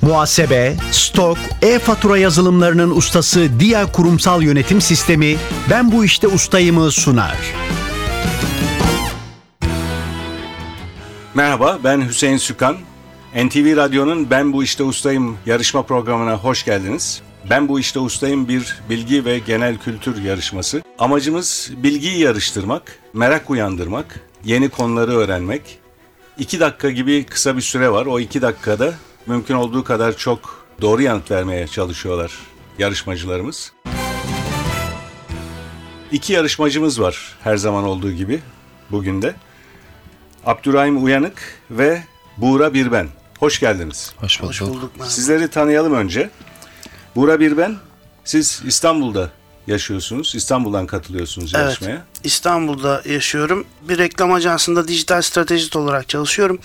Muhasebe, stok, e-fatura yazılımlarının ustası Dia Kurumsal Yönetim Sistemi Ben Bu İşte Ustayım'ı sunar. Merhaba, ben Hüseyin Sükan. NTV Radyo'nun Ben Bu İşte Ustayım yarışma programına hoş geldiniz. Ben Bu İşte Ustayım bir bilgi ve genel kültür yarışması. Amacımız bilgiyi yarıştırmak, merak uyandırmak, yeni konuları öğrenmek. 2 dakika gibi kısa bir süre var. O 2 dakikada mümkün olduğu kadar çok doğru yanıt vermeye çalışıyorlar yarışmacılarımız. 2 yarışmacımız var her zaman olduğu gibi bugün de. Abdurrahim Uyanık ve Buğra Birben. Hoş geldiniz. Hoş bulduk. Sizleri tanıyalım önce. Buğra Birben, siz İstanbul'da yaşıyorsunuz. İstanbul'dan katılıyorsunuz yarışmaya. Evet, İstanbul'da yaşıyorum. Bir reklam ajansında dijital stratejist olarak çalışıyorum.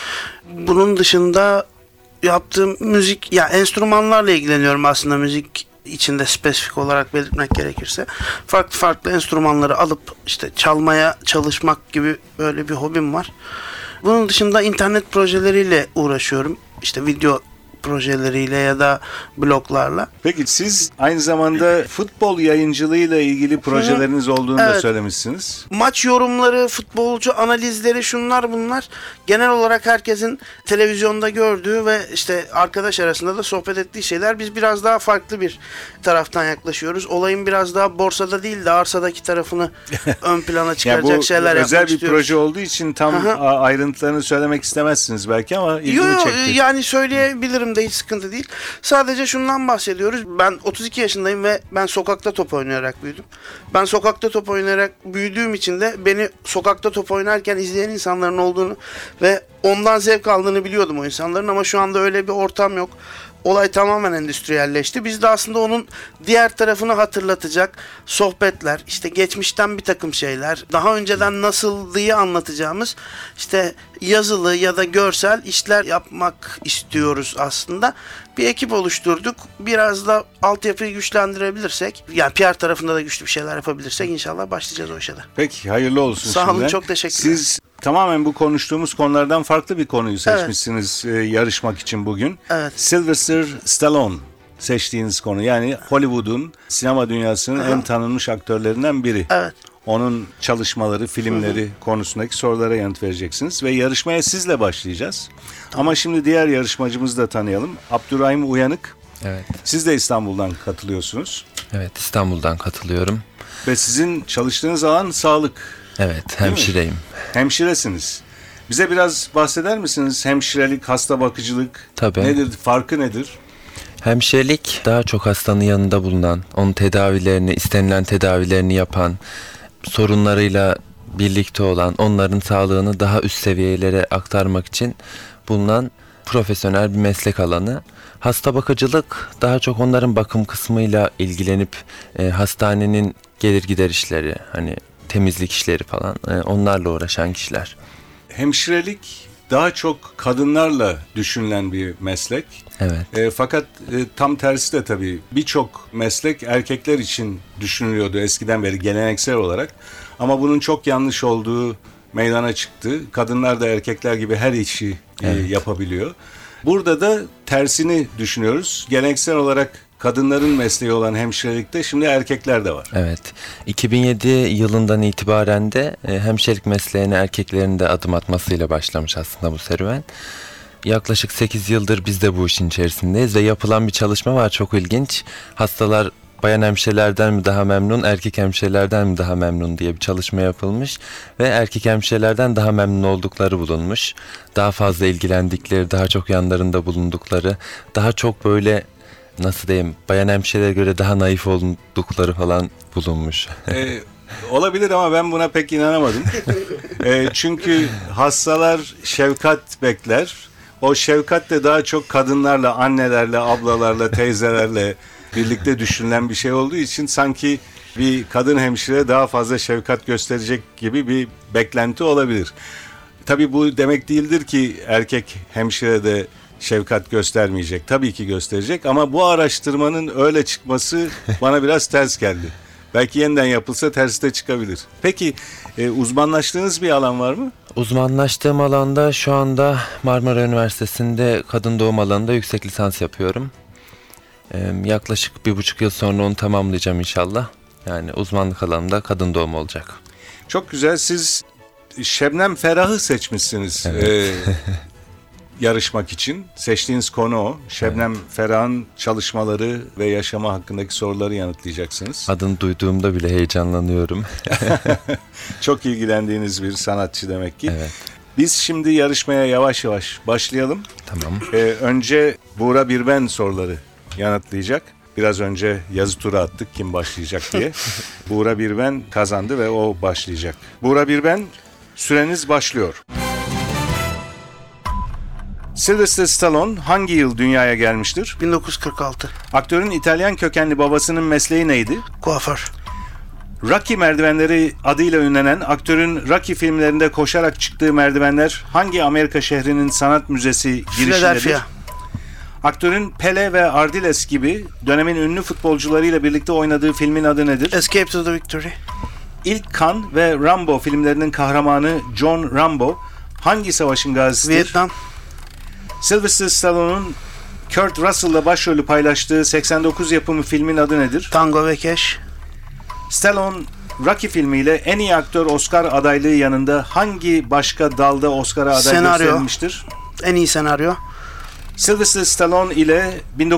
Bunun dışında yaptığım müzik, enstrümanlarla ilgileniyorum aslında, müzik içinde spesifik olarak belirtmek gerekirse. Farklı enstrümanları alıp çalmaya çalışmak gibi böyle bir hobim var. Bunun dışında internet projeleriyle uğraşıyorum. Video projeleriyle ya da bloglarla. Peki siz aynı zamanda futbol yayıncılığıyla ilgili projeleriniz olduğunu da söylemişsiniz. Maç yorumları, futbolcu analizleri, şunlar bunlar genel olarak herkesin televizyonda gördüğü ve arkadaş arasında da sohbet ettiği şeyler. Biz biraz daha farklı bir taraftan yaklaşıyoruz. Olayın biraz daha borsada değil de arsadaki tarafını ön plana çıkaracak şeyler yapmak istiyoruz. Özel bir proje olduğu için tam ayrıntılarını söylemek istemezsiniz belki ama ilgimi çekti. Yani söyleyebilirim de hiç sıkıntı değil. Sadece şundan bahsediyoruz. Ben 32 yaşındayım ve ben sokakta top oynayarak büyüdüm. Ben sokakta top oynayarak büyüdüğüm için de beni sokakta top oynarken izleyen insanların olduğunu ve ondan zevk aldığını biliyordum o insanların, ama şu anda öyle bir ortam yok. Olay tamamen endüstriyelleşti. Biz de aslında onun diğer tarafını hatırlatacak sohbetler, geçmişten bir takım şeyler, daha önceden nasıldığı anlatacağımız yazılı ya da görsel işler yapmak istiyoruz aslında. Bir ekip oluşturduk. Biraz da altyapıyı güçlendirebilirsek, PR tarafında da güçlü bir şeyler yapabilirsek inşallah başlayacağız o işe de. Peki, hayırlı olsun. Sağ olun, çok teşekkürler. Siz tamamen bu konuştuğumuz konulardan farklı bir konuyu seçmişsiniz yarışmak için bugün. Evet. Sylvester Stallone seçtiğiniz konu. Yani Hollywood'un, sinema dünyasının en tanınmış aktörlerinden biri. Evet. Onun çalışmaları, filmleri konusundaki sorulara yanıt vereceksiniz ve yarışmaya sizle başlayacağız. Tamam. Ama şimdi diğer yarışmacımızı da tanıyalım. Abdurrahim Uyanık. Evet. Siz de İstanbul'dan katılıyorsunuz. Evet, İstanbul'dan katılıyorum. Ve sizin çalıştığınız alan sağlık. Evet, hemşireyim. Hemşiresiniz. Bize biraz bahseder misiniz? Hemşirelik, hasta bakıcılık Tabii. nedir? Farkı nedir? Hemşirelik daha çok hastanın yanında bulunan, onun tedavilerini, istenilen tedavilerini yapan, sorunlarıyla birlikte olan, onların sağlığını daha üst seviyelere aktarmak için bulunan profesyonel bir meslek alanı. Hasta bakıcılık daha çok onların bakım kısmıyla ilgilenip hastanenin gelir gider işleri, temizlik işleri falan, onlarla uğraşan kişiler. Hemşirelik daha çok kadınlarla düşünülen bir meslek. Evet. Fakat tam tersi de tabii birçok meslek erkekler için düşünülüyordu eskiden beri geleneksel olarak. Ama bunun çok yanlış olduğu meydana çıktı. Kadınlar da erkekler gibi her işi yapabiliyor. Burada da tersini düşünüyoruz. Geleneksel olarak kadınların mesleği olan hemşirelikte şimdi erkekler de var. Evet. 2007 yılından itibaren de hemşirelik mesleğine erkeklerin de adım atmasıyla başlamış aslında bu serüven. Yaklaşık 8 yıldır biz de bu işin içerisindeyiz ve yapılan bir çalışma var, çok ilginç. Hastalar bayan hemşirelerden mi daha memnun, erkek hemşirelerden mi daha memnun diye bir çalışma yapılmış ve erkek hemşirelerden daha memnun oldukları bulunmuş. Daha fazla ilgilendikleri, daha çok yanlarında bulundukları, daha çok böyle bayan hemşirelere göre daha naif oldukları falan bulunmuş. Olabilir ama ben buna pek inanamadım. Çünkü hastalar şefkat bekler. O şefkat de daha çok kadınlarla, annelerle, ablalarla, teyzelerle birlikte düşünülen bir şey olduğu için sanki bir kadın hemşire daha fazla şefkat gösterecek gibi bir beklenti olabilir. Tabii bu demek değildir ki erkek hemşire de şefkat göstermeyecek. Tabii ki gösterecek ama bu araştırmanın öyle çıkması bana biraz ters geldi. Belki yeniden yapılsa tersi de çıkabilir. Peki uzmanlaştığınız bir alan var mı? Uzmanlaştığım alanda şu anda Marmara Üniversitesi'nde kadın doğum alanında yüksek lisans yapıyorum. Yaklaşık 1,5 yıl sonra onu tamamlayacağım inşallah. Yani uzmanlık alanında kadın doğum olacak. Çok güzel. Siz Şebnem Ferah'ı seçmişsiniz. Evet. Yarışmak için. Seçtiğiniz konu o. Şebnem Ferah'ın çalışmaları ve yaşama hakkındaki soruları yanıtlayacaksınız. Adını duyduğumda bile heyecanlanıyorum. Çok ilgilendiğiniz bir sanatçı demek ki. Evet. Biz şimdi yarışmaya yavaş yavaş başlayalım. Tamam. Önce Buğra Birben soruları yanıtlayacak. Biraz önce yazı tura attık kim başlayacak diye. Buğra Birben kazandı ve o başlayacak. Buğra Birben, süreniz başlıyor. Sylvester Stallone hangi yıl dünyaya gelmiştir? 1946. Aktörün İtalyan kökenli babasının mesleği neydi? Kuaför. Rocky merdivenleri adıyla ünlenen aktörün Rocky filmlerinde koşarak çıktığı merdivenler hangi Amerika şehrinin sanat müzesi girişindedir? Philadelphia. Aktörün Pele ve Ardiles gibi dönemin ünlü futbolcularıyla birlikte oynadığı filmin adı nedir? Escape to the Victory. İlk Kan ve Rambo filmlerinin kahramanı John Rambo hangi savaşın gazisidir? Vietnam. Sylvester Stallone'un Kurt Russell'la başrolü paylaştığı 89 yapımı filmin adı nedir? Tango ve Cash. Stallone Rocky filmiyle en iyi aktör Oscar adaylığı yanında hangi başka dalda Oscar'a aday Senaryo. gösterilmiştir? En iyi senaryo. Sylvester Stallone ile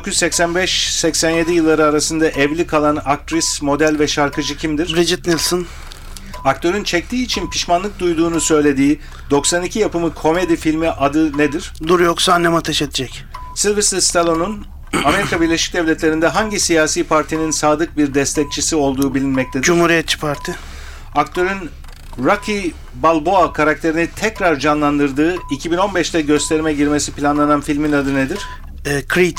1985-87 yılları arasında evli kalan aktris, model ve şarkıcı kimdir? Bridget Nielsen. Aktörün çektiği için pişmanlık duyduğunu söylediği 92 yapımı komedi filmi adı nedir? Dur yoksa annem ateş edecek. Sylvester Stallone'un Amerika Birleşik Devletleri'nde hangi siyasi partinin sadık bir destekçisi olduğu bilinmektedir? Cumhuriyetçi Parti. Aktörün Rocky Balboa karakterini tekrar canlandırdığı 2015'te gösterime girmesi planlanan filmin adı nedir? Creed.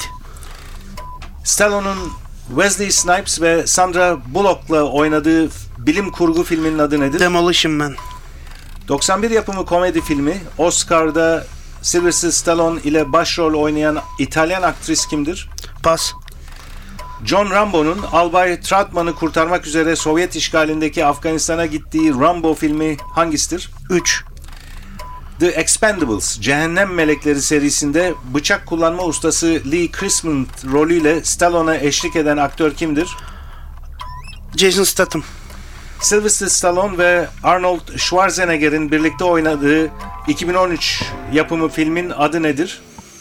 Stallone'un Wesley Snipes ve Sandra Bullock'la oynadığı bilim kurgu filminin adı nedir? Demolition Man. 91 yapımı komedi filmi Oscar'da Sylvester Stallone ile başrol oynayan İtalyan aktris kimdir? Pas. John Rambo'nun Albay Trautmann'ı kurtarmak üzere Sovyet işgalindeki Afganistan'a gittiği Rambo filmi hangisidir? 3. The Expendables, Cehennem Melekleri serisinde bıçak kullanma ustası Lee Christman rolüyle Stallone'a eşlik eden aktör kimdir? Jason Statham. Sylvester Stallone ve Arnold Schwarzenegger'in birlikte oynadığı 2013 yapımı filmin adı nedir?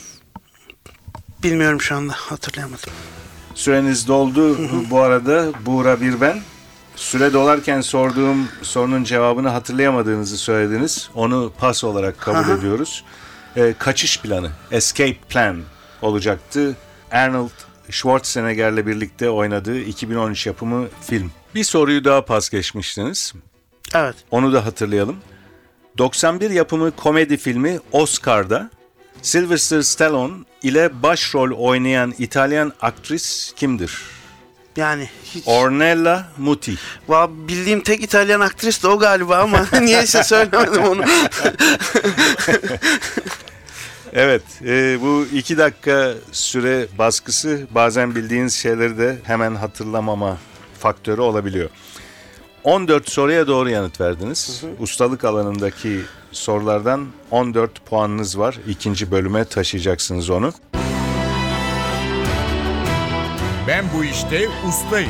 Bilmiyorum şu anda. Hatırlayamadım. Süreniz doldu bu arada Buğra Birben. Süre dolarken sorduğum sorunun cevabını hatırlayamadığınızı söylediniz. Onu pas olarak kabul ediyoruz. Kaçış planı, escape plan olacaktı. Arnold Schwarzenegger'le birlikte oynadığı 2013 yapımı film. Bir soruyu daha pas geçmiştiniz. Evet. Onu da hatırlayalım. 91 yapımı komedi filmi Oscar'da Sylvester Stallone ile başrol oynayan İtalyan aktris kimdir? Yani hiç. Ornella Muti. Bildiğim tek İtalyan aktris de o galiba ama niyeyse söylemedim onu. Evet, bu 2 dakika süre baskısı bazen bildiğiniz şeyleri de hemen hatırlamama faktörü olabiliyor. 14 soruya doğru yanıt verdiniz. Ustalık alanındaki sorulardan 14 puanınız var. 2. bölüme taşıyacaksınız onu. Ben bu işte ustayım.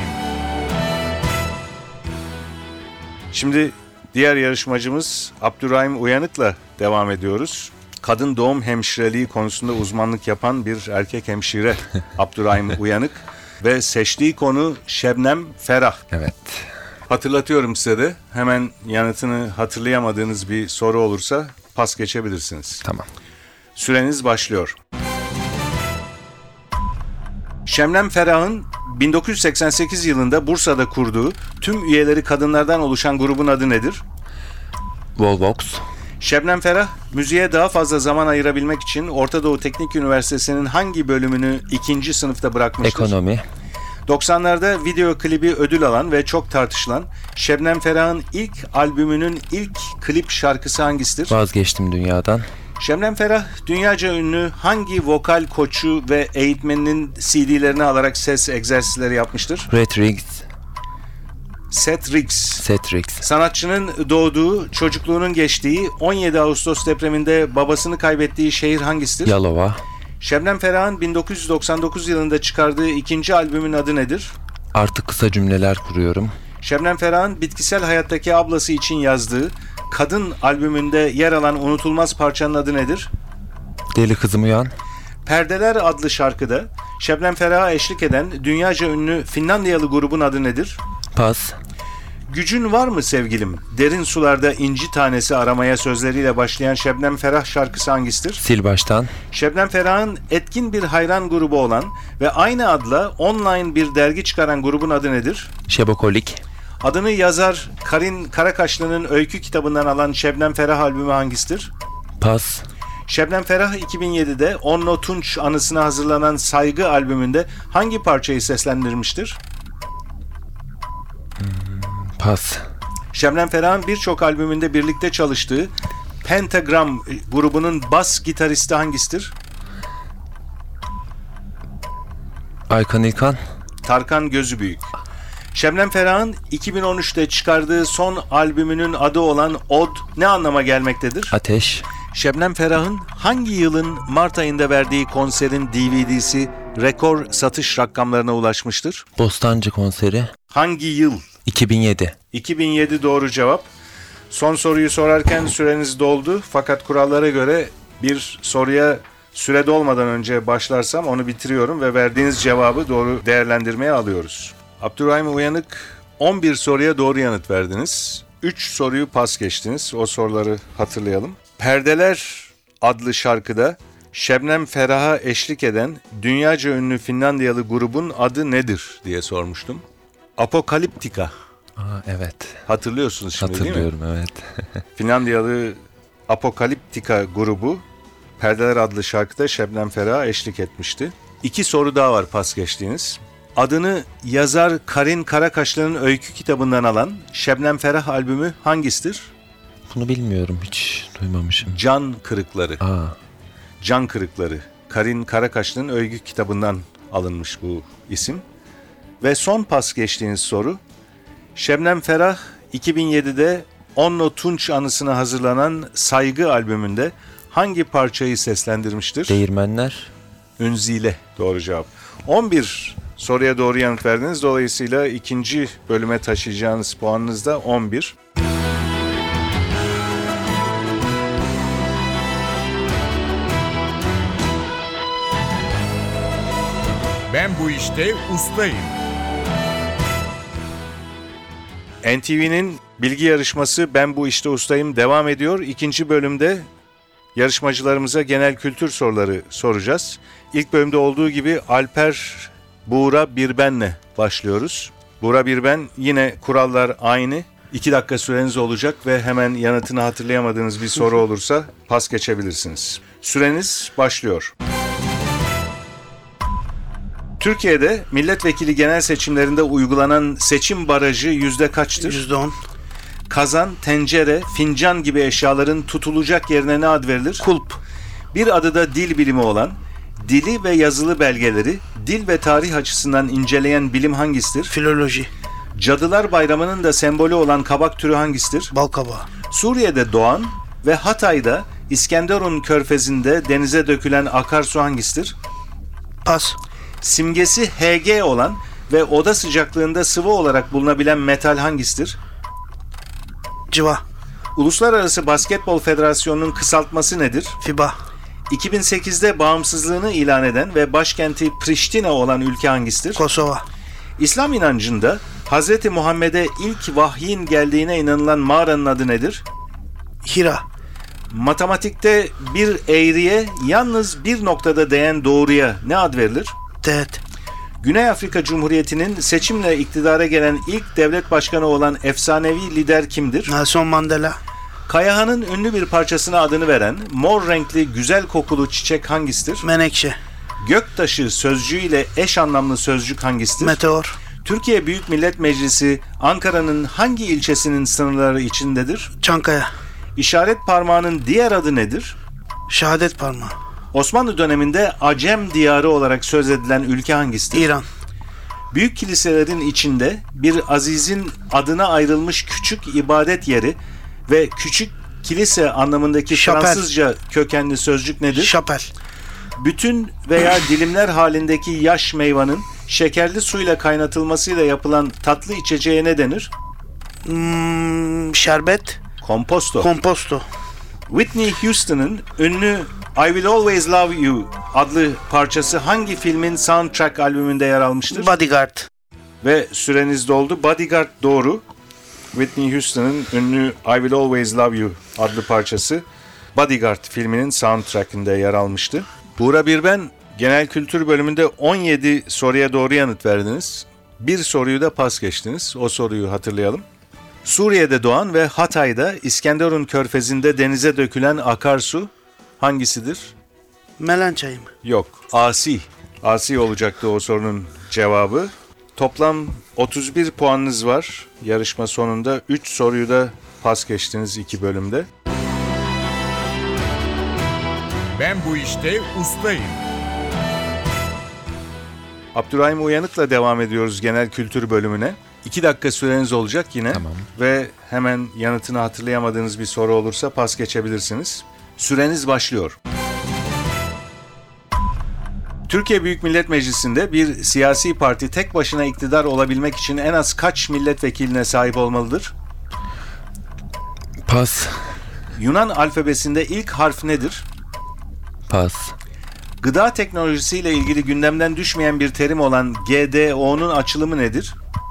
Şimdi diğer yarışmacımız Abdurrahim Uyanık'la devam ediyoruz. Kadın doğum hemşireliği konusunda uzmanlık yapan bir erkek hemşire Abdurrahim Uyanık ve seçtiği konu Şebnem Ferah. Evet. Hatırlatıyorum size de hemen yanıtını hatırlayamadığınız bir soru olursa pas geçebilirsiniz. Tamam. Süreniz başlıyor. Şebnem Ferah'ın 1988 yılında Bursa'da kurduğu tüm üyeleri kadınlardan oluşan grubun adı nedir? Volvox. Şebnem Ferah, müziğe daha fazla zaman ayırabilmek için Orta Doğu Teknik Üniversitesi'nin hangi bölümünü 2. sınıfta bırakmıştır? Ekonomi. 90'larda video klibi ödül alan ve çok tartışılan Şebnem Ferah'ın ilk albümünün ilk klip şarkısı hangisidir? Vazgeçtim dünyadan. Şebnem Ferah, dünyaca ünlü hangi vokal koçu ve eğitmeninin CD'lerini alarak ses egzersizleri yapmıştır? Red Riggs. Seth Riggs. Seth Riggs. Sanatçının doğduğu, çocukluğunun geçtiği, 17 Ağustos depreminde babasını kaybettiği şehir hangisidir? Yalova. Şebnem Ferah'ın 1999 yılında çıkardığı ikinci albümün adı nedir? Artık kısa cümleler kuruyorum. Şebnem Ferah'ın bitkisel hayattaki ablası için yazdığı Kadın albümünde yer alan unutulmaz parçanın adı nedir? Deli Kızım Uyan. Perdeler adlı şarkıda Şebnem Ferah'a eşlik eden dünyaca ünlü Finlandiyalı grubun adı nedir? Pas. Gücün var mı sevgilim? Derin sularda inci tanesi aramaya sözleriyle başlayan Şebnem Ferah şarkısı hangisidir? Sil baştan. Şebnem Ferah'ın etkin bir hayran grubu olan ve aynı adla online bir dergi çıkaran grubun adı nedir? Şebokolik. Adını yazar Karin Karakaşlı'nın öykü kitabından alan Şebnem Ferah albümü hangisidir? Pas. Şebnem Ferah 2007'de Onno Tunç anısına hazırlanan Saygı albümünde hangi parçayı seslendirmiştir? Pas. Şebnem Ferah'ın birçok albümünde birlikte çalıştığı Pentagram grubunun bas gitaristi hangisidir? Aykan İlkan. Tarkan Gözübüyük. Şebnem Ferah'ın 2013'te çıkardığı son albümünün adı olan Od ne anlama gelmektedir? Ateş. Şebnem Ferah'ın hangi yılın Mart ayında verdiği konserin DVD'si rekor satış rakamlarına ulaşmıştır? Bostancı konseri. Hangi yıl? 2007. 2007 doğru cevap. Son soruyu sorarken süreniz doldu. Fakat kurallara göre bir soruya süre dolmadan önce başlarsam onu bitiriyorum ve verdiğiniz cevabı doğru değerlendirmeye alıyoruz. Abdurrahim Uyanık 11 soruya doğru yanıt verdiniz. 3 soruyu pas geçtiniz. O soruları hatırlayalım. Perdeler adlı şarkıda Şebnem Ferah'a eşlik eden dünyaca ünlü Finlandiyalı grubun adı nedir diye sormuştum. Apokaliptika. Evet. Hatırlıyorsunuz şimdi değil mi? Hatırlıyorum, evet. Finlandiyalı Apokaliptika grubu Perdeler adlı şarkıda Şebnem Ferah'a eşlik etmişti. 2 soru daha var pas geçtiğiniz. Adını yazar Karin Karakaşlı'nın öykü kitabından alan Şebnem Ferah albümü hangisidir? Bunu bilmiyorum, hiç duymamışım. Can Kırıkları. Aa, Can Kırıkları. Karin Karakaşlı'nın öykü kitabından alınmış bu isim. Ve son pas geçtiğiniz soru. Şebnem Ferah 2007'de Onno Tunç anısına hazırlanan Saygı albümünde hangi parçayı seslendirmiştir? Değirmenler. Ünzile doğru cevap. 11 soruya doğru yanıt verdiniz. Dolayısıyla ikinci bölüme taşıyacağınız puanınız da 11. Ben bu işte ustayım. NTV'nin bilgi yarışması Ben Bu İşte Ustayım devam ediyor. İkinci bölümde yarışmacılarımıza genel kültür soruları soracağız. İlk bölümde olduğu gibi Alper Buğra Birben'le başlıyoruz. Buğra Birben, yine kurallar aynı. 2 dakika süreniz olacak ve hemen yanıtını hatırlayamadığınız bir soru olursa pas geçebilirsiniz. Süreniz başlıyor. Türkiye'de milletvekili genel seçimlerinde uygulanan seçim barajı yüzde kaçtır? %10. Kazan, tencere, fincan gibi eşyaların tutulacak yerine ne ad verilir? Kulp. Bir adı da dil bilimi olan, dili ve yazılı belgeleri dil ve tarih açısından inceleyen bilim hangisidir? Filoloji. Cadılar Bayramı'nın da sembolü olan kabak türü hangisidir? Balkabağı. Suriye'de doğan ve Hatay'da İskenderun körfezinde denize dökülen akarsu hangisidir? Pas. Simgesi Hg olan ve oda sıcaklığında sıvı olarak bulunabilen metal hangisidir? Civa. Uluslararası Basketbol Federasyonu'nun kısaltması nedir? FIBA. 2008'de bağımsızlığını ilan eden ve başkenti Priştine olan ülke hangisidir? Kosova. İslam inancında Hz. Muhammed'e ilk vahyin geldiğine inanılan mağaranın adı nedir? Hira. Matematikte bir eğriye yalnız bir noktada değen doğruya ne ad verilir? Teğet. Güney Afrika Cumhuriyeti'nin seçimle iktidara gelen ilk devlet başkanı olan efsanevi lider kimdir? Nelson Mandela. Kayahan'ın ünlü bir parçasına adını veren mor renkli güzel kokulu çiçek hangisidir? Menekşe. Göktaşı sözcüğüyle eş anlamlı sözcük hangisidir? Meteor. Türkiye Büyük Millet Meclisi Ankara'nın hangi ilçesinin sınırları içindedir? Çankaya. İşaret parmağının diğer adı nedir? Şehadet parmağı. Osmanlı döneminde Acem diyarı olarak söz edilen ülke hangisidir? İran. Büyük kiliselerin içinde bir azizin adına ayrılmış küçük ibadet yeri ve küçük kilise anlamındaki Şapel. Fransızca kökenli sözcük nedir? Şapel. Bütün veya dilimler halindeki yaş meyvanın şekerli suyla kaynatılmasıyla yapılan tatlı içeceğe ne denir? Şerbet. Komposto. Komposto. Whitney Houston'ın ünlü I Will Always Love You adlı parçası hangi filmin soundtrack albümünde yer almıştır? Bodyguard. Ve süreniz doldu. Bodyguard doğru. Whitney Houston'ın ünlü I Will Always Love You adlı parçası Bodyguard filminin soundtrack'inde yer almıştı. Buğra Birben genel kültür bölümünde 17 soruya doğru yanıt verdiniz. Bir soruyu da pas geçtiniz. O soruyu hatırlayalım. Suriye'de doğan ve Hatay'da İskenderun Körfezi'nde denize dökülen akarsu hangisidir? Melen çayı mı? Yok. Asi. Asi olacaktı o sorunun cevabı. Toplam 31 puanınız var yarışma sonunda. 3 soruyu da pas geçtiniz 2 bölümde. Ben bu işte ustayım. Abdurrahim Uyanık'la devam ediyoruz genel kültür bölümüne. 2 dakika süreniz olacak yine. Tamam. Ve hemen yanıtını hatırlayamadığınız bir soru olursa pas geçebilirsiniz. Süreniz başlıyor. Türkiye Büyük Millet Meclisi'nde bir siyasi parti tek başına iktidar olabilmek için en az kaç milletvekiline sahip olmalıdır? Pas. Yunan alfabesinde ilk harf nedir? Pas. Gıda teknolojisiyle ilgili gündemden düşmeyen bir terim olan GDO'nun açılımı nedir?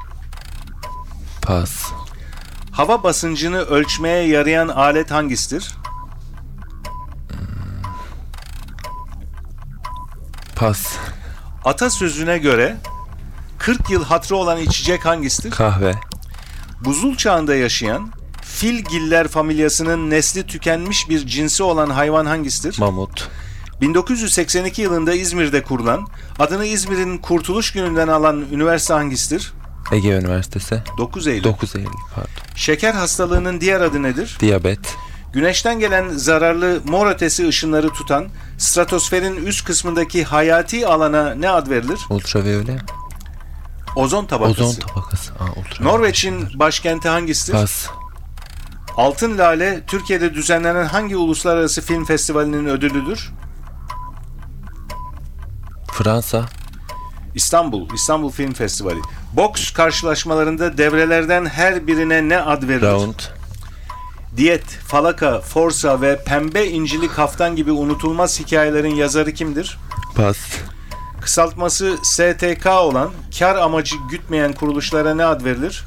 Pas. Hava basıncını ölçmeye yarayan alet hangisidir? Pas. Atasözüne göre 40 yıl hatırı olan içecek hangisidir? Kahve. Buzul çağında yaşayan filgiller familyasının nesli tükenmiş bir cinsi olan hayvan hangisidir? Mamut. 1982 yılında İzmir'de kurulan, adını İzmir'in Kurtuluş Günü'nden alan üniversite hangisidir? Ege Üniversitesi. 9 Eylül. 9 Eylül pardon. Şeker hastalığının diğer adı nedir? Diyabet. Güneşten gelen zararlı mor ötesi ışınları tutan stratosferin üst kısmındaki hayati alana ne ad verilir? Ultraviyole. Ozon tabakası. Ozon tabakası. Ultraviyole. Norveç'in başkenti hangisidir? Pas. Altın Lale Türkiye'de düzenlenen hangi uluslararası film festivalinin ödülüdür? Fransa. İstanbul Film Festivali. Boks karşılaşmalarında devrelerden her birine ne ad verilir? Round. Diyet, Falaka, Forsa ve Pembe İncili Kaftan gibi unutulmaz hikayelerin yazarı kimdir? Pas. Kısaltması STK olan kar amacı gütmeyen kuruluşlara ne ad verilir?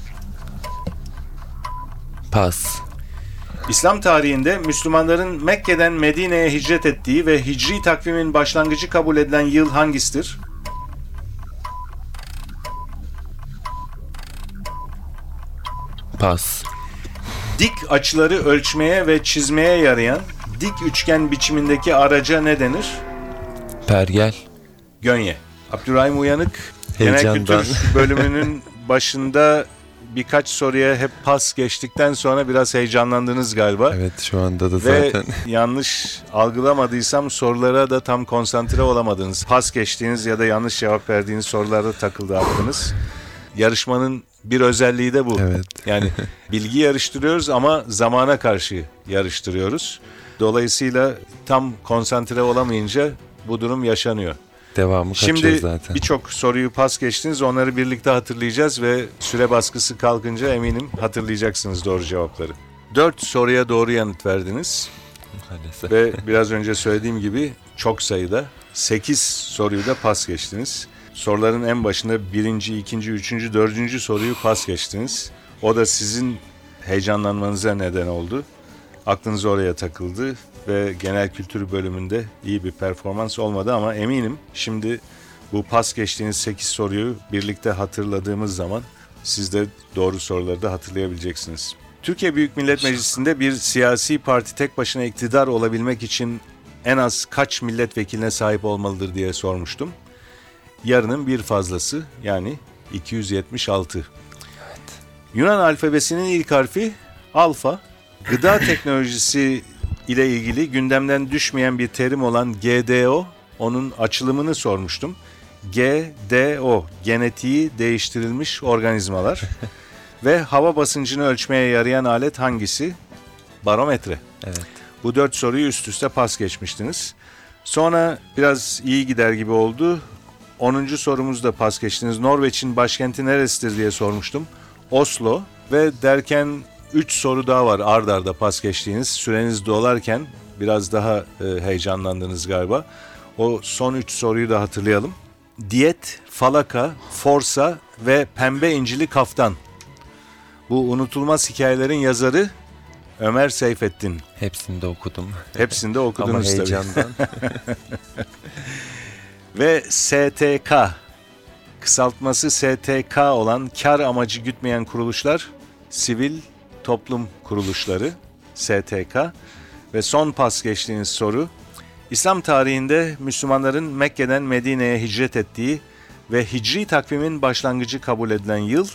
Pas. İslam tarihinde Müslümanların Mekke'den Medine'ye hicret ettiği ve hicri takvimin başlangıcı kabul edilen yıl hangisidir? Pas. Dik açıları ölçmeye ve çizmeye yarayan dik üçgen biçimindeki araca ne denir? Pergel. Gönye. Abdurrahim Uyanık genel Heyecandan. kültür bölümünün başında birkaç soruya hep pas geçtikten sonra biraz heyecanlandınız galiba. Evet şu anda da Ve zaten. yanlış algılamadıysam sorulara da tam konsantre olamadınız. Pas geçtiğiniz ya da yanlış cevap verdiğiniz sorularda takıldı aklınız. Yarışmanın bir özelliği de bu. Evet. Yani bilgi yarıştırıyoruz ama zamana karşı yarıştırıyoruz. Dolayısıyla tam konsantre olamayınca bu durum yaşanıyor. Devamı kaçıyor Şimdi zaten. birçok soruyu pas geçtiniz. Onları birlikte hatırlayacağız ve süre baskısı kalkınca eminim hatırlayacaksınız doğru cevapları. 4 soruya doğru yanıt verdiniz. Maalesef. Ve biraz önce söylediğim gibi çok sayıda 8 soruyu da pas geçtiniz. Soruların en başında 1. 2. 3. 4. soruyu pas geçtiniz. O da sizin heyecanlanmanıza neden oldu. Aklınız oraya takıldı ve genel kültür bölümünde iyi bir performans olmadı ama eminim şimdi bu pas geçtiğiniz 8 soruyu birlikte hatırladığımız zaman siz de doğru soruları da hatırlayabileceksiniz. Türkiye Büyük Millet Meclisi'nde bir siyasi parti tek başına iktidar olabilmek için en az kaç milletvekiline sahip olmalıdır diye sormuştum. Yarının bir fazlası yani 276. Evet. Yunan alfabesinin ilk harfi alfa. Gıda teknolojisi ile ilgili gündemden düşmeyen bir terim olan GDO, onun açılımını sormuştum. GDO, genetiği değiştirilmiş organizmalar. Ve hava basıncını ölçmeye yarayan alet hangisi? Barometre. Evet. Bu 4 soruyu üst üste pas geçmiştiniz. Sonra biraz iyi gider gibi oldu. 10. sorumuzda pas geçtiniz. Norveç'in başkenti neresidir diye sormuştum. Oslo. Ve derken 3 soru daha var ard arda pas geçtiğiniz. Süreniz dolarken biraz daha heyecanlandınız galiba. O son 3 soruyu da hatırlayalım. Diyet, falaka, forsa ve pembe incili kaftan. Bu unutulmaz hikayelerin yazarı Ömer Seyfettin. Hepsini de okudum. Hepsini de Ama okudunuz tabii. heyecandan. Ve STK, kısaltması STK olan kar amacı gütmeyen kuruluşlar, sivil toplum kuruluşları, STK. Ve son pas geçtiğiniz soru, İslam tarihinde Müslümanların Mekke'den Medine'ye hicret ettiği ve hicri takvimin başlangıcı kabul edilen yıl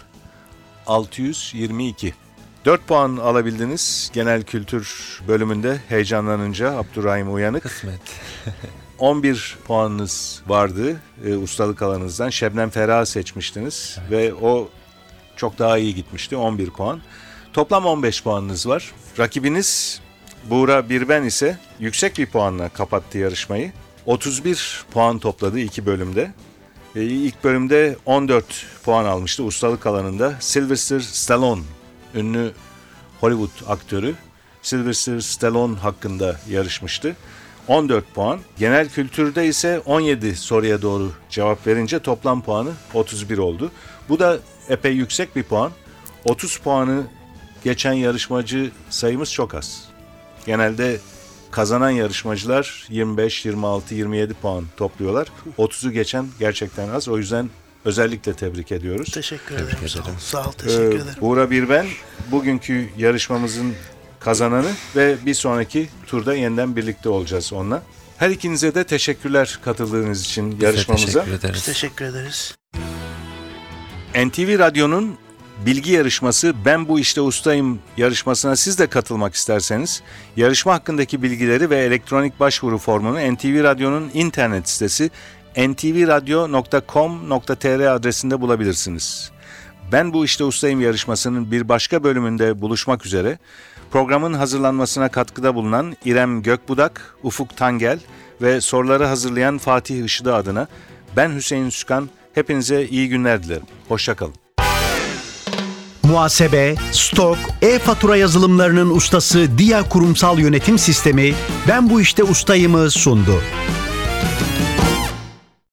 622. 4 puan alabildiniz genel kültür bölümünde heyecanlanınca Abdurrahim Uyanık. Kısmet. 11 puanınız vardı ustalık alanınızdan. Şebnem Ferah'ı seçmiştiniz ve o çok daha iyi gitmişti, 11 puan. Toplam 15 puanınız var. Rakibiniz Buğra Birben ise yüksek bir puanla kapattı yarışmayı. 31 puan topladı 2 bölümde. İlk bölümde 14 puan almıştı ustalık alanında. Sylvester Stallone, ünlü Hollywood aktörü Sylvester Stallone hakkında yarışmıştı. 14 puan. Genel kültürde ise 17 soruya doğru cevap verince toplam puanı 31 oldu. Bu da epey yüksek bir puan. 30 puanı geçen yarışmacı sayımız çok az. Genelde kazanan yarışmacılar 25, 26, 27 puan topluyorlar. 30'u geçen gerçekten az. O yüzden özellikle tebrik ediyoruz. Teşekkür ederim. ederim. Sağ ol, teşekkür ederim. Buğra Birben bugünkü yarışmamızın kazananı ve bir sonraki turda yeniden birlikte olacağız onunla. Her ikinize de teşekkürler katıldığınız için Biz de yarışmamıza. teşekkür Biz ederiz. teşekkür ederiz. NTV Radyo'nun bilgi yarışması Ben Bu İşte Ustayım yarışmasına siz de katılmak isterseniz yarışma hakkındaki bilgileri ve elektronik başvuru formunu NTV Radyo'nun internet sitesi ntvradio.com.tr adresinde bulabilirsiniz. Ben Bu İşte Ustayım yarışmasının bir başka bölümünde buluşmak üzere. Programın hazırlanmasına katkıda bulunan İrem Gökbudak, Ufuk Tangel ve soruları hazırlayan Fatih Işıdı adına ben Hüseyin Sükan, hepinize iyi günler dilerim. Hoşça kalın. Muhasebe, stok, e-fatura yazılımlarının ustası Dia Kurumsal Yönetim Sistemi Ben Bu İşte Ustayım'ı sundu.